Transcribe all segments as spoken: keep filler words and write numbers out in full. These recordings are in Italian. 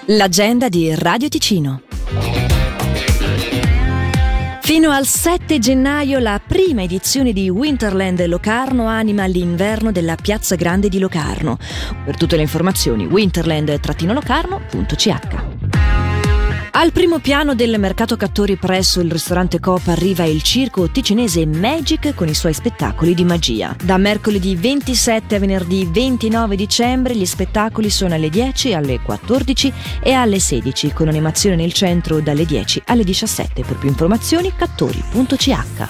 L'agenda di Radio Ticino. Fino al sette gennaio la prima edizione di Winterland Locarno anima l'inverno della Piazza Grande di Locarno. Per tutte le informazioni winterland locarno punto c h. Al primo piano del mercato Cattori presso il ristorante Coop arriva il circo ticinese Magic con i suoi spettacoli di magia. Da mercoledì ventisette a venerdì ventinove dicembre gli spettacoli sono alle dieci, alle quattordici e alle sedici, con animazione nel centro dalle dieci alle diciassette. Per più informazioni cattori punto c h.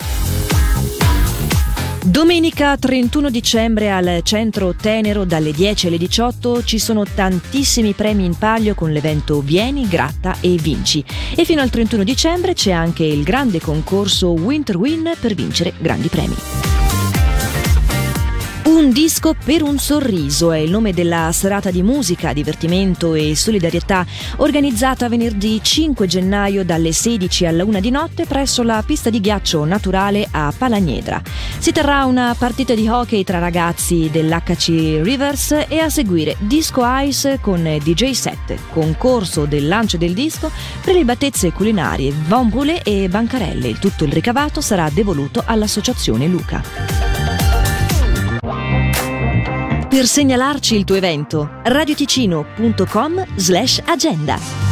Domenica trentuno dicembre al Centro Tenero dalle dieci alle diciotto ci sono tantissimi premi in palio con l'evento Vieni, Gratta e Vinci. E fino al trentuno dicembre c'è anche il grande concorso Winter Win per vincere grandi premi. Un disco per un sorriso è il nome della serata di musica, divertimento e solidarietà organizzata venerdì cinque gennaio dalle sedici alla una di notte presso la pista di ghiaccio naturale a Palagnedra. Si terrà una partita di hockey tra ragazzi dell'H C Rivers e a seguire Disco Ice con D J set, concorso del lancio del disco, prelibatezze culinarie, vombole e bancarelle. Tutto il ricavato sarà devoluto all'Associazione Luca. Per segnalarci il tuo evento, radioticino punto com slash agenda.